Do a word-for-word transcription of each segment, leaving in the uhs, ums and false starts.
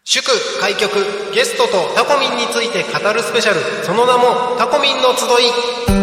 祝開局ゲストとタコミンについて語るスペシャル、その名もタコミンの集い。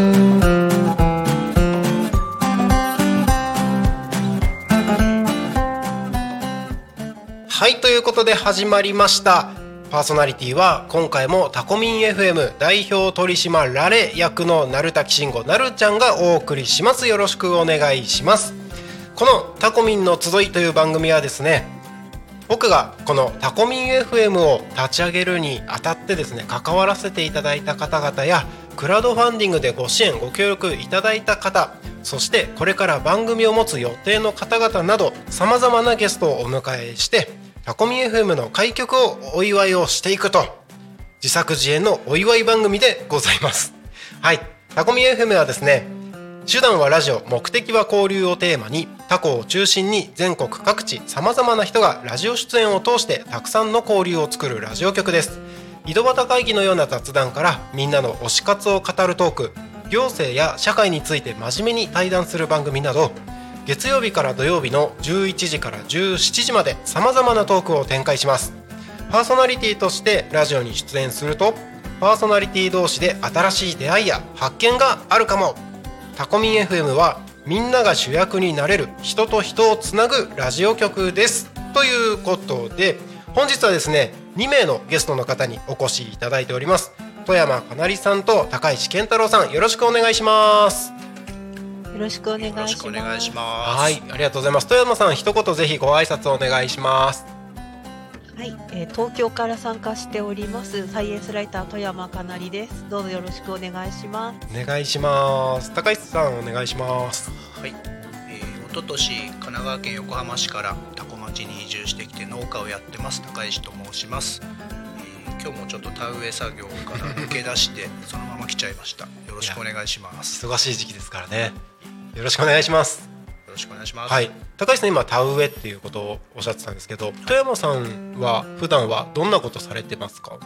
はい、ということで始まりました。パーソナリティは今回もタコミン エフエム 代表取締られ役の鳴滝慎吾なるちゃんがお送りします。よろしくお願いします。このタコミンの集いという番組はですね、僕がこのタコミン エフエム を立ち上げるにあたってですね、関わらせていただいた方々やクラウドファンディングでご支援ご協力いただいた方、そしてこれから番組を持つ予定の方々など様々なゲストをお迎えしてタコミン エフエム の開局をお祝いをしていくと、自作自演のお祝い番組でございます。はい、タコミン エフエム はですね、手段はラジオ、目的は交流をテーマに、タコを中心に全国各地さまざまな人がラジオ出演を通してたくさんの交流を作るラジオ局です。井戸端会議のような雑談からみんなの推し活を語るトーク、行政や社会について真面目に対談する番組など、月曜日から土曜日のじゅういちじからじゅうしちじまでさまざまなトークを展開します。パーソナリティとしてラジオに出演すると、パーソナリティ同士で新しい出会いや発見があるかも。タコミン エフエム はみんなが主役になれる人と人をつなぐラジオ局です。ということで本日はですね、にめいのゲストの方にお越しいただいております。富山かなりさんと高石健太郎さん、よろしくお願いします。 よろしくお願いします。よろしくお願いします。 はい、ありがとうございます。富山さん、一言ぜひご挨拶お願いします。 はい、えー、東京から参加しておりますサイエンスライター富山かなりです。どうぞよろしくお願いします。 お願いします。高石さん、お願いします。 はい、えー、おととし神奈川県横浜市から多古町に移住してきて農家をやってます高石と申します。えー、今日もちょっと田植え作業から抜け出してそのまま来ちゃいました。よろしくお願いします。 忙しい時期ですからね、よろしくお願いします。 よろしくお願いします。 はい、高橋さん、今田植えっていうことをおっしゃってたんですけど、富山さんは普段はどんなことされてますか？ はい、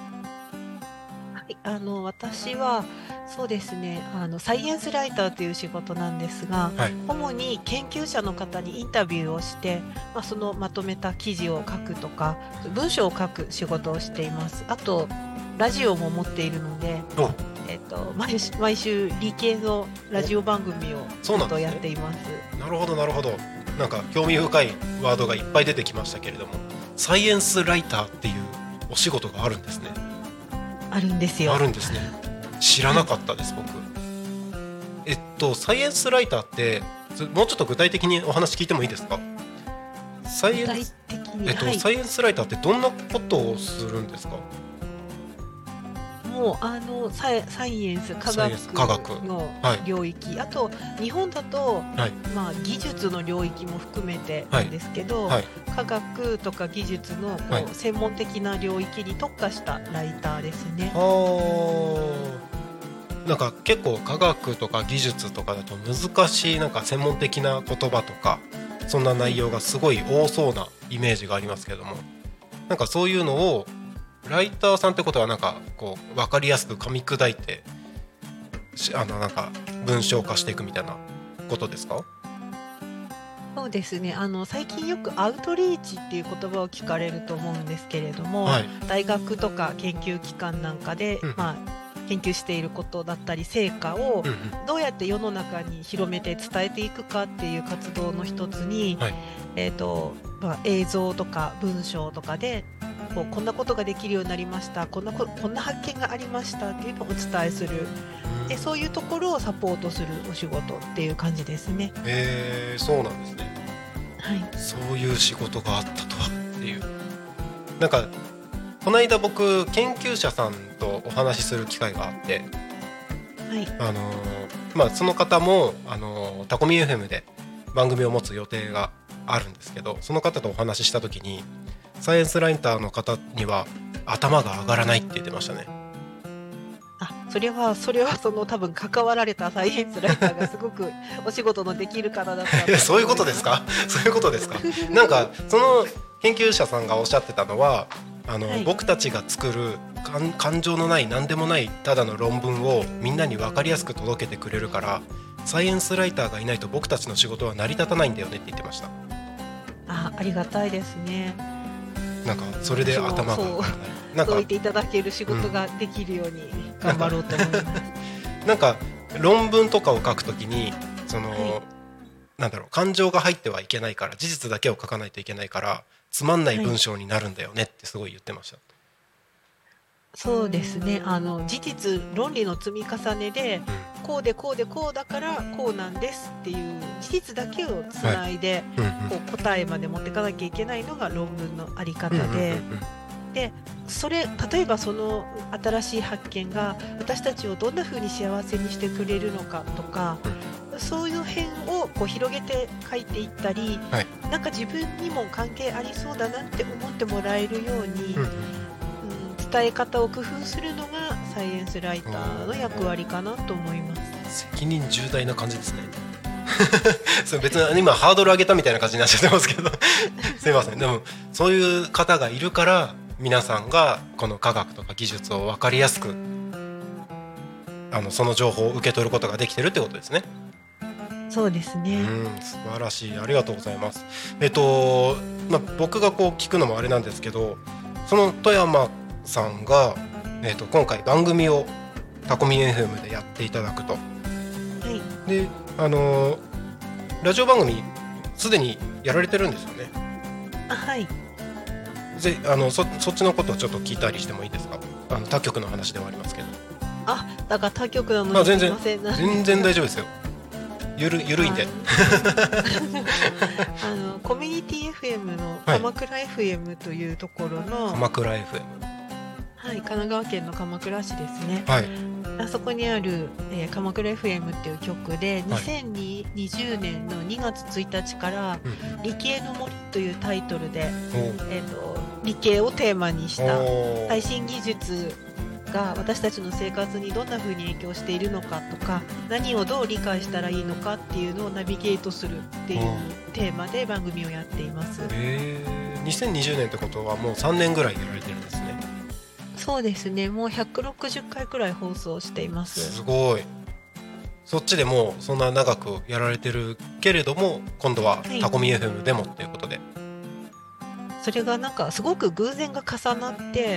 あの私はそうですね、あのサイエンスライターという仕事なんですが、はい、主に研究者の方にインタビューをして、まあ、そのまとめた記事を書くとか文章を書く仕事をしています。あとラジオも持っているので、えー、と 毎, 毎週理系のラジオ番組をちょっとやっています。 なるほどなるほど。なんか興味深いワードがいっぱい出てきましたけれども、サイエンスライターっていうお仕事があるんですね。 あるんですよ。 あるんですね。知らなかったです、僕。えっとサイエンスライターってもうちょっと具体的にお話聞いてもいいですか？サイエンス、 具体的に、 えっとはい、 サイエンスライターってどんなことをするんですか？ もうあの サ, イサイエンス科学の領域、はい、あと日本だと、はい、まあ、技術の領域も含めてなんですけど、はいはい、科学とか技術のこう、はい、専門的な領域に特化したライターですね。 なんか結構科学とか技術とかだと難しい、なんか専門的な言葉とかそんな内容がすごい多そうなイメージがありますけども、なんかそういうのをライターさんってことはなんかこう分かりやすく噛み砕いてあのなんか文章化していくみたいなことですか？ そうですね、あの最近よくアウトリーチっていう言葉を聞かれると思うんですけれども、はい、大学とか研究機関なんかで、うん、まあ、研究していることだったり成果をどうやって世の中に広めて伝えていくかっていう活動の一つに、はい、えーとまあ、映像とか文章とかでこうこんなことができるようになりました、こんなこ、こんな発見がありましたっていうのをお伝えする、でそういうところをサポートするお仕事っていう感じですね。 へー、そうなんですね。 はい、 そういう仕事があったとはっていう。なんかこの間僕研究者さんとお話しする機会があって、 はい、 あのーまあ、その方も、あのー、タコミ エフエム で番組を持つ予定があるんですけど、その方とお話しした時にサイエンスライターの方には頭が上がらないって言ってましたね。 あ、それはそれはその多分関わられたサイエンスライターがすごくお仕事のできる方だったとそういうことですか？そういうことですか？なんかその研究者さんがおっしゃってたのは、あの、はい、僕たちが作る感情のない何でもないただの論文をみんなに分かりやすく届けてくれるから、サイエンスライターがいないと僕たちの仕事は成り立たないんだよねって言ってました。 あ、ありがたいですね。 なんかそれで頭がそうなんかそう言っていただける仕事ができるように頑張ろうと思います。 なんか論文とかを書くときにその、 はい、 なんだろう感情が入ってはいけないから事実だけを書かないといけないからつまんない文章になるんだよねってすごい言ってました。はい、 そうですね、あの事実論理の積み重ねで、うん、こうでこうでこうだからこうなんですっていう事実だけをつないで、はい、こう答えまで持っていかなきゃいけないのが論文のあり方で、うんうんうんうん、でそれ例えばその新しい発見が私たちをどんな風に幸せにしてくれるのかとか、うん、そういう辺をこう広げて書いていったり、はい、なんか自分にも関係ありそうだなって思ってもらえるように、うんうん、伝え方を工夫するのがサイエンスライターの役割かなと思います。 責任重大な感じですねそれ別に今ハードル上げたみたいな感じになっちゃってますけどすいません。でもそういう方がいるから皆さんがこの科学とか技術を分かりやすくあのその情報を受け取ることができてるってことですね。 そうですね。 うん、素晴らしい、ありがとうございます。えっと、まあ、僕がこう聞くのもあれなんですけど、その富山さんが、えっと、今回番組をタコミ エフエム でやっていただくと、はい、で、あのラジオ番組すでにやられてるんですよね。 あ、はい。 ぜあの そ, そっちのことをちょっと聞いたりしてもいいですか？あの他局の話ではありますけど。 あ、だから他局なのにすいません。 全然大丈夫ですよ。ゆるゆるいんで。 あのコミュニティ エフエム の鎌倉 エフエム というところの、はい、 鎌倉 エフエム、 はい、神奈川県の鎌倉市ですね。 はい。 あそこにある、えー、鎌倉 エフエム っていう局で、はい、にせんにじゅうねんのにがつついたちから、うん、理系の森というタイトルで、えーと、理系をテーマにした最新技術が私たちの生活にどんな風に影響しているのかとか、何をどう理解したらいいのかっていうのをナビゲートするっていうテーマで番組をやっています。 へー、にせんにじゅうねんってことはもうさんねんぐらいやられてるんですね。 そうですね、もうひゃくろくじゅっかいくらい放送しています。 すごい。そっちでもそんな長くやられてるけれども、今度はタコミ エフエム でもっていうことで、はい、 それがなんかすごく偶然が重なって、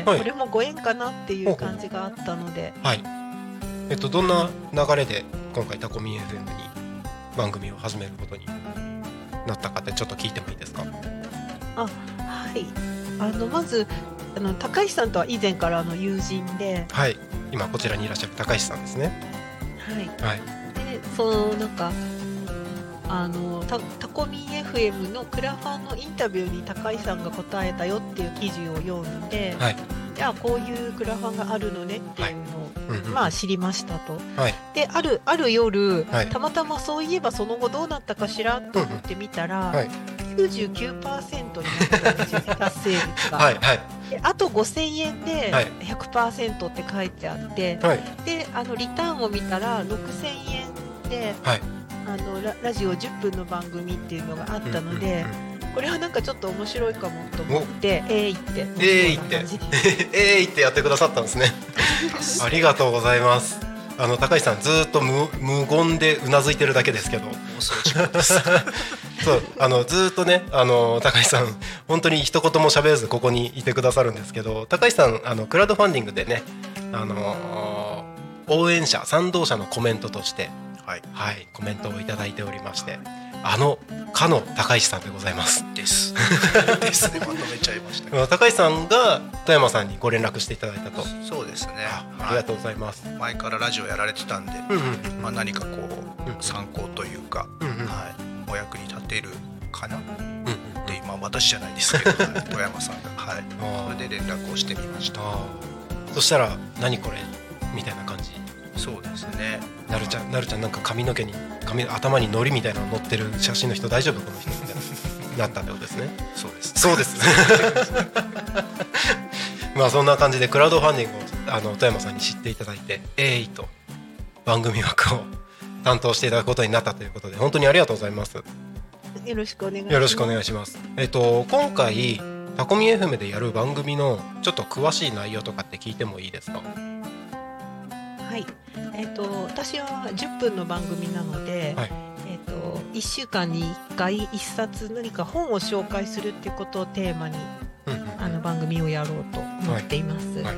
はい、これもご縁かなっていう感じがあったので、 はい、えっと、どんな流れで今回タコミ エフエム に番組を始めることになったかってちょっと聞いてもいいですか？ あ、はい。あのまずあの高石さんとは以前からの友人で、 はい、今こちらにいらっしゃる高石さんですね。 はい、はい、でそのなんかあのタ, タコミ エフエム のクラファンのインタビューに高石さんが答えたよっていう記事を読んで、はい、じゃあこういうクラファンがあるのねっていうのを、はい、まあ、知りましたと、はい、であるある夜、はい、たまたまそういえばその後どうなったかしらと思ってみたら、うん、はい、きゅうじゅうきゅうパーセントになったんですよ達成率が。はい、はい、であとごせんえんで ひゃくパーセント って書いてあって、はい、であのリターンを見たらろくせんえんで、はい、あの ラ, ラジオじゅっぷんの番組っていうのがあったので、うんうんうん、これはなんかちょっと面白いかもと思ってえーいってえーいってえーいってやってくださったんですねありがとうございます。あの高橋さんずっと 無, 無言でうなずいてるだけですけどそうあのずっとね、あの高橋さん本当に一言も喋らずここにいてくださるんですけど、高橋さんあのクラウドファンディングでね、あのー、応援者賛同者のコメントとして、はいはい、コメントをいただいておりまして、あのかの高石さんでございますですですね、まとめちゃいました。 高石さんが富山さんにご連絡していただいたと。 そうですね、 あ, ありがとうございます。 前からラジオやられてたんで、うんうん、まあ、何かこう、うん、参考というか、うんうん、はい、お役に立てるかな、うんうん、で今私じゃないですけど富山さんが、はい、それで連絡をしてみました。 あ、そしたら何これみたいな感じ。 そうですね、 なるちゃん、なるちゃんなんか髪の毛に髪頭にのりみたいなの乗ってる写真の人大丈夫この人みたいななったってことですね。 そうです、 そうですまあそんな感じでクラウドファンディングをあの富山さんに知っていただいて、えーいと番組枠を担当していただくことになったということで、本当にありがとうございます。 よろしくお願いします。 よろしくお願いします。えっと今回タコミ エフエム でやる番組のちょっと詳しい内容とかって聞いてもいいですか？ はい、えー、と私はじゅっぷんの番組なので、はい、えー、といっしゅうかんにいっかいいっさつ何か本を紹介するっていうことをテーマにうんうん、あの番組をやろうと思っています。はいはい、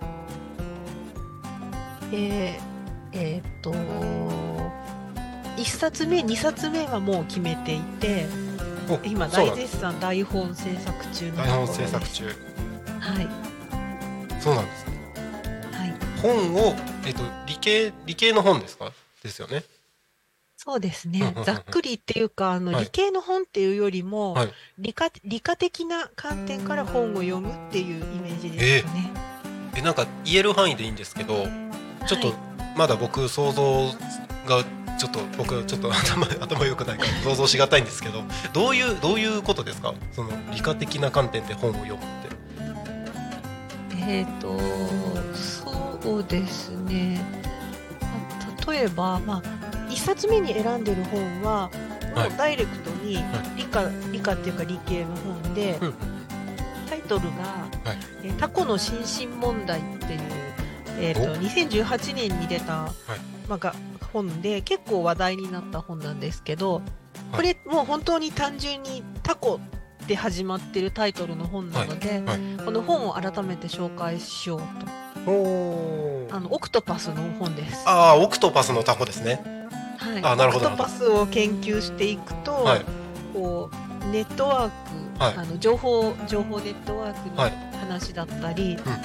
えー、えー、っといっさつめにさつめはもう決めていて、今大絶賛台本制作中のところです。 台本制作中。 はい。 そうなんですね。 はい。 本を、えー、っと理系理系の本ですか？ですよね。 そうですね、ざっくりっていうかあの、はい、理系の本っていうよりも、はい、理科、理科的な観点から本を読むっていうイメージですかね。 えー、えなんか言える範囲でいいんですけど、ちょっとまだ僕想像がちょっと僕ちょっと頭頭良くないから想像しがたいんですけど、どういうどういうことですか？その理科的な観点で本を読むって。 えーとそうですね。例えばまあいっさつめに選んでる本はもうダイレクトに理科、はい、理科っていうか理系の本で、うん、タイトルが、はい、えタコの心身問題っていう、えー、とにせんじゅうはちねんに出た、はいまあ、が本で結構話題になった本なんですけど、これもう本当に単純にタコで始まってるタイトルの本なので、はいはい、この本を改めて紹介しようと。おあのオクトパスの本です。 ああ、オクトパスのタコですね。 はい、あなるほど。オクトパスを研究していくと、はい、こうネットワーク、はい、あの情報情報ネットワークの話だったり、はい、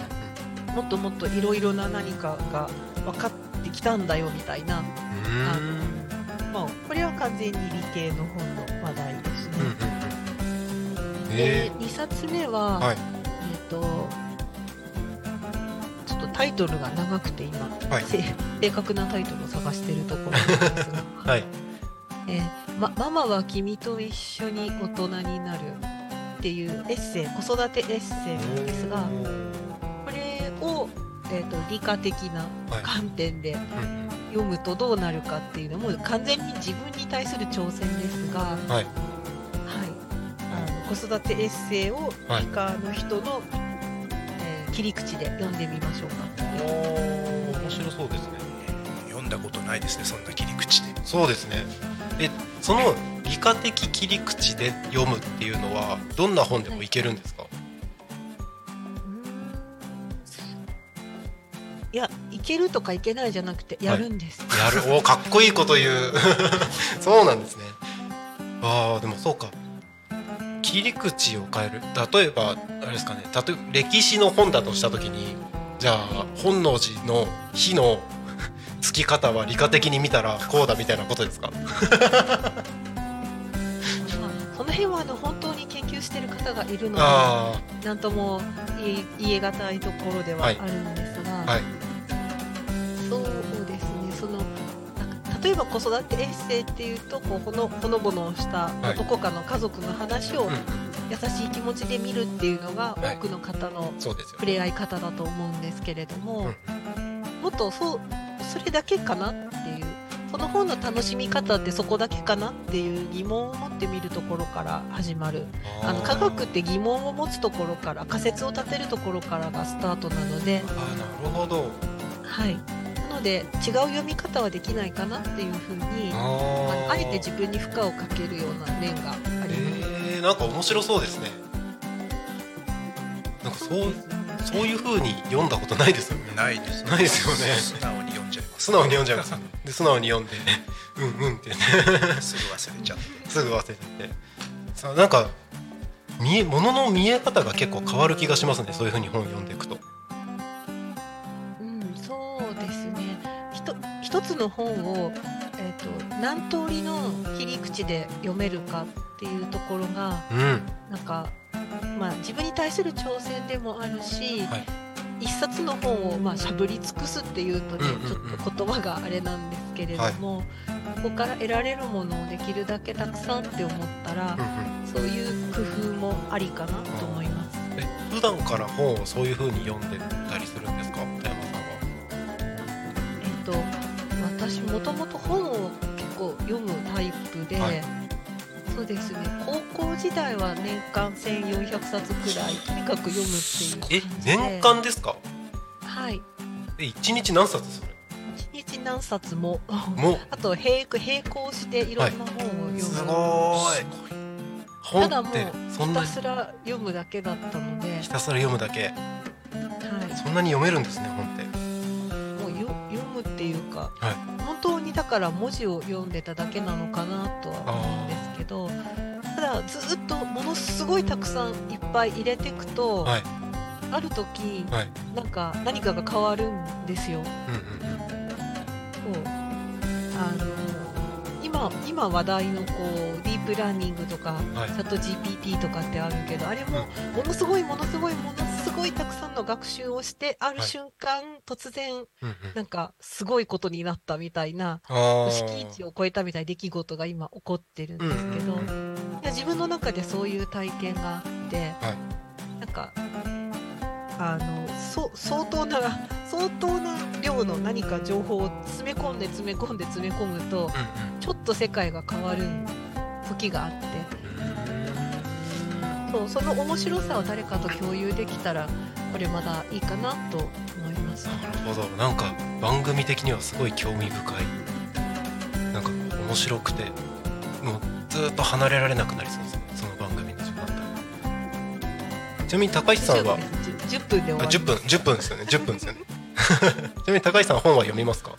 もっともっといろいろな何かが分かってきたんだよみたいな、あのまあ、これは完全に理系の本の話題ですね。うんうん、でにさつめは、はい、えっとタイトルが長くて今、はい、正確なタイトルを探しているところなんですが、はいえーま、ママは君と一緒に大人になるっていうエッセイ、子育てエッセイなんですが、これを、えーと、理科的な観点で読むとどうなるかっていうのも完全に自分に対する挑戦ですが、はいはい、あの子育てエッセイを理科の人の、はい切り口で読んでみましょうか。 おー、面白そうですね。 読んだことないですね、そんな切り口で。 そうですね。え、その理科的切り口で読むっていうのはどんな本でもいけるんですか？はい、 いや、いけるとかいけないじゃなくてやるんです。 はい、やる、お、かっこいいこと言う。そうなんですね。ああ、でもそうか。切り口を変える。例えばあれですかね、例えば歴史の本だとしたときに、じゃあ本能寺の火のつき方は理科的に見たらこうだみたいなことですか？ その辺はあの本当に研究している方がいるので何とも言えがたいところではあるんですが、はいはい、そうですね、その例えば子育てエッセイっていうとこうほのほのぼのしたどこかの家族の話を優しい気持ちで見るっていうのが多くの方の触れ合い方だと思うんですけれども、もっとそうそれだけかなっていう、この本の楽しみ方ってそこだけかなっていう疑問を持ってみるところから始まる。あの科学って疑問を持つところから仮説を立てるところからがスタートなので、 あ、なるほど。 はい、なので違う読み方はできないかなっていうふうに あ, あえて自分に負荷をかけるような面があります。 えー、なんか面白そうですね。なんかそう、そういう風に読んだことないですよね。 ないです、ね、 ないですよね。 素直に読んじゃいます。 素直に読んじゃいます。で素直に読んでうんうんってねすぐ忘れちゃってすぐ忘れちゃってさあ、なんか見え物の見え方が結構変わる気がしますね。そういう風に本を読んでいくと。 うん、そうですね。ひと一つの本を、えーと、何通りの切り口で読めるかっていうところが、うん、なんか、まあ、自分に対する挑戦でもあるし、はい、一冊の本をまあしゃぶり尽くすっていうとね、うんうんうん、ちょっと言葉があれなんですけれども、はい、ここから得られるものをできるだけたくさんって思ったら、うんうん、そういう工夫もありかなと思います。 え、普段から本をそういう風に読んでたりするんですか、田山さんは？ えっと私もともと本を結構読むタイプで、はい、そうですね、高校時代は年間せんよんひゃくさつくらいとにかく読むっていう感じで。 え、年間ですか？ はい。 え、いちにち何冊それ？ いちにち何冊ももあと並並行していろんな本を読む、はい、 すごい。 ただもうひたすら読むだけだったので。 ひたすら読むだけ、はい、そんなに読めるんですね、本って。 もうよ読むっていうか、 はい、 本当にだから文字を読んでただけなのかなとは思うんですけど、ただずっとものすごいたくさんいっぱい入れていくと、はい、ある時、はい、なんか何かが変わるんですよ。うんうんうん、そうあの今, 今話題のこうディープラーニングとか、はい、チャット ジーピーティー とかってあるけど、あれもものすごいものすごいものすごいたくさんの学習をしてある瞬間、はい、突然なんかすごいことになったみたいな、敷地を超えたみたいな出来事が今起こってるんですけど、うんうんうん、いや自分の中でそういう体験があって、はい、なんかあのそ相当な相当な量の何か情報を詰め込んで詰め込んで詰め込むと、うんうん、ちょっと世界が変わる時があって、そうその面白さを誰かと共有できたらこれまだいいかなと思います。 なるほど、なんか番組的にはすごい興味深い、なんか面白くてもうずっと離れられなくなりそうですね、その番組の時間帯。ちなみに高橋さんはじゅっぷんで終わります。 じゅっぷん、じゅっぷんですよね、じゅっぷんですよねちなみに高橋さん本は読みますか？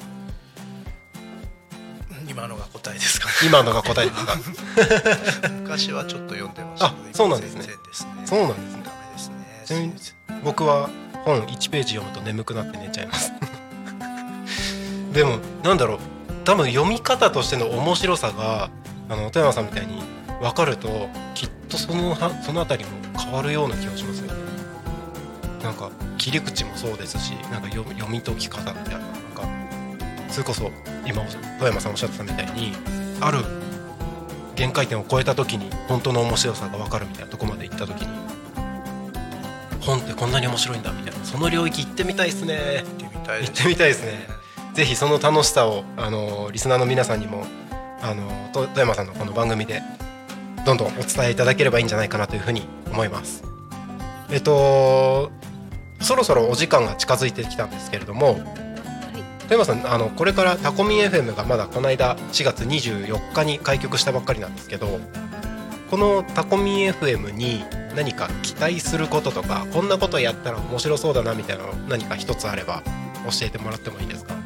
今のが答えですか？ 今のが答えですか？ 昔はちょっと読んでましたけど、 あ、そうなんですね。 全然ですね。 そうなんですね。 ダメですね。 ちなみに僕は本いちページ読むと眠くなって寝ちゃいますでもなんだろう、多分読み方としての面白さがあの富山さんみたいに分かるときっとそのそのあたりも変わるような気がしますよね。なんか切り口もそうですし、なんか 読, 読み解き方みたいな、なんかそれこそ今富山さんおっしゃってたみたいにある限界点を超えた時に本当の面白さが分かるみたいなところまで行った時に、本ってこんなに面白いんだみたいな、その領域行ってみたいですね。 行ってみたいですね。 行ってみたいですね。ぜひその楽しさをあのリスナーの皆さんにもあの富山さんのこの番組でどんどんお伝えいただければいいんじゃないかなというふうに思います。えっとそろそろお時間が近づいてきたんですけれども、はい、富山さん、あのこれからタコミン エフエム がまだこの間しがつにじゅうよっかに開局したばっかりなんですけど、このタコミン エフエム に何か期待することとか、こんなことやったら面白そうだなみたいなの何か一つあれば教えてもらってもいいですか？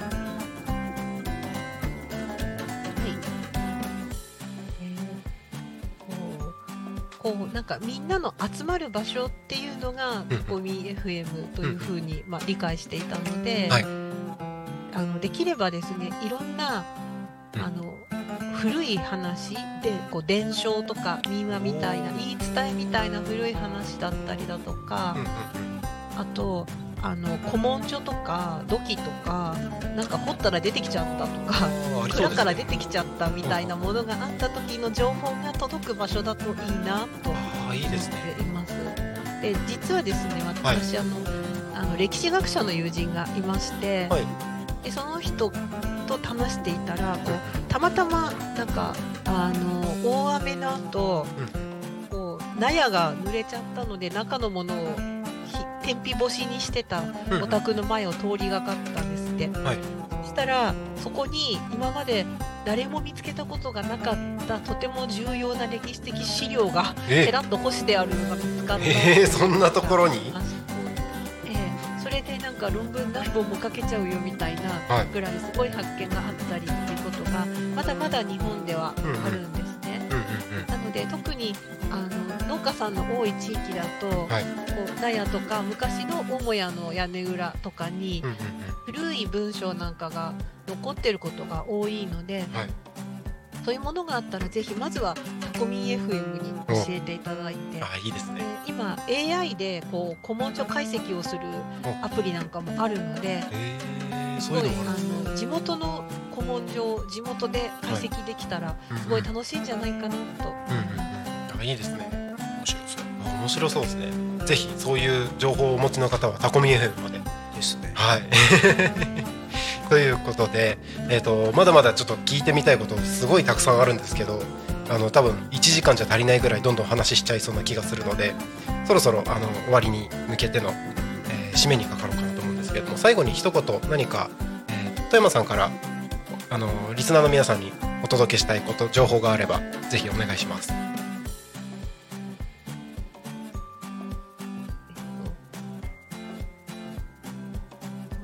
なんかみんなの集まる場所っていうのがタコミン エフエム というふうに、まあ、理解していたので、はい、あのできればですね、いろんなあの古い話でこう伝承とか民話みたいな言い伝えみたいな古い話だったりだとか、あとあの古文書とか土器とかなんか掘ったら出てきちゃったとか蔵から出てきちゃったみたいなものがあった時の情報が届く場所だといいなと思っています。で実はですね、私、はい、あのあの歴史学者の友人がいまして、はい、でその人と話していたらこうたまたまなんかあの大雨の後、うん、こう納屋が濡れちゃったので中のものを天日干しにしてたお宅の前を通りがかったんですって、うんはい、そしたらそこに今まで誰も見つけたことがなかったとても重要な歴史的資料がペラッと干してあるのが見つかった。 えー、そんなところに、 えー、それでなんか論文何本も書けちゃうよみたいなぐらいすごい発見があったりっていうことがまだまだ日本ではあるんですね、うんうんうんうん、なので特にあの農家さんの多い地域だと、はい、こう納屋とか昔の母屋の屋根裏とかに、うんうんうん、古い文章なんかが残ってることが多いので、はい、そういうものがあったらぜひまずはタコミン エフエム に教えていただいて、 あ、いいですね、 今 エーアイ でこう古文書解析をするアプリなんかもあるので、すごいあの地元の古文書を地元で解析できたらすごい楽しいんじゃないかなと、うんうんうん、あ、いいですね、面白そう、面白そうですね。ぜひそういう情報をお持ちの方はタコミン エフエム までですね。 はいということで、えーと、まだまだちょっと聞いてみたいことすごいたくさんあるんですけど、あの多分いちじかんじゃ足りないぐらいどんどん話しちゃいそうな気がするので、そろそろあの終わりに向けての、えー、締めにかかろうかなと思うんですけれども、最後に一言何か、えー、富山さんからあのリスナーの皆さんにお届けしたいこと、情報があればぜひお願いします。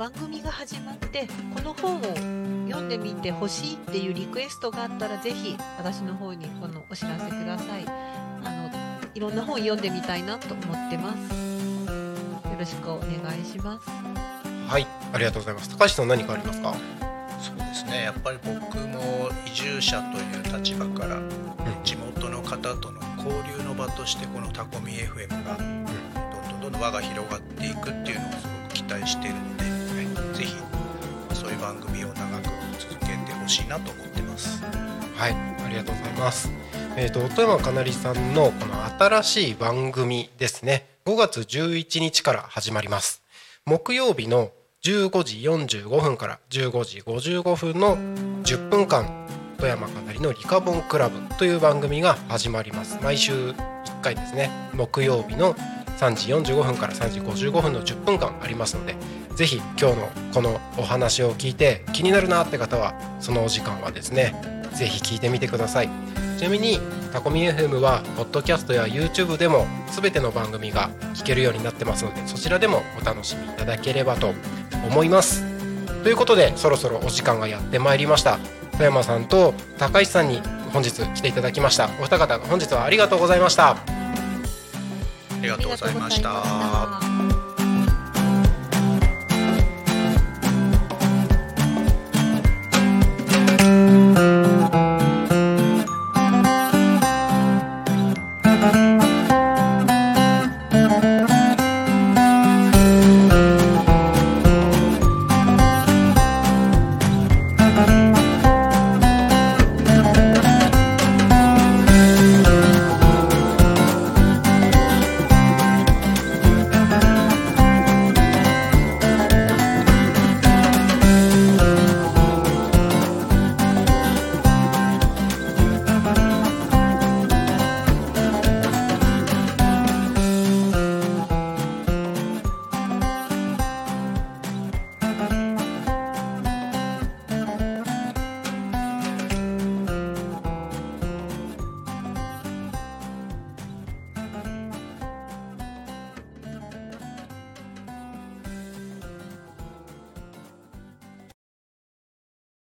番組が始まってこの本を読んでみてほしいっていうリクエストがあったらぜひ私の方にこのお知らせください。あのいろんな本読んでみたいなと思ってます。よろしくお願いします。 はい、ありがとうございます。高橋さん何かありますか？ そうですね、やっぱり僕も移住者という立場から、うん、地元の方との交流の場としてこのタコミ エフエム が、うん、どんどんどんどん輪が広がっていくっていうのをすごく期待しているので、はい、ぜひそういう番組を長く続けてほしいなと思ってます。 はい、ありがとうございます。えーと、富山かなりさんのこの新しい番組ですね、ごがつじゅういちにちから始まります。木曜日のじゅうごじよんじゅうごふんからじゅうごじごじゅうごふんのじゅっぷんかん、富山かなりのリカボンクラブという番組が始まります。毎週いっかいですね、木曜日のさんじよんじゅうごふんからさんじごじゅうごふんのじゅっぷんかんありますので、ぜひ今日のこのお話を聞いて気になるなって方はそのお時間はですね、ぜひ聞いてみてください。ちなみにタコミ エフエム はポッドキャストや YouTube でも全ての番組が聞けるようになってますので、そちらでもお楽しみいただければと思います。ということでそろそろお時間がやってまいりました。富山さんと高橋さんに本日来ていただきました。お二方本日はありがとうございました。 ありがとうございました。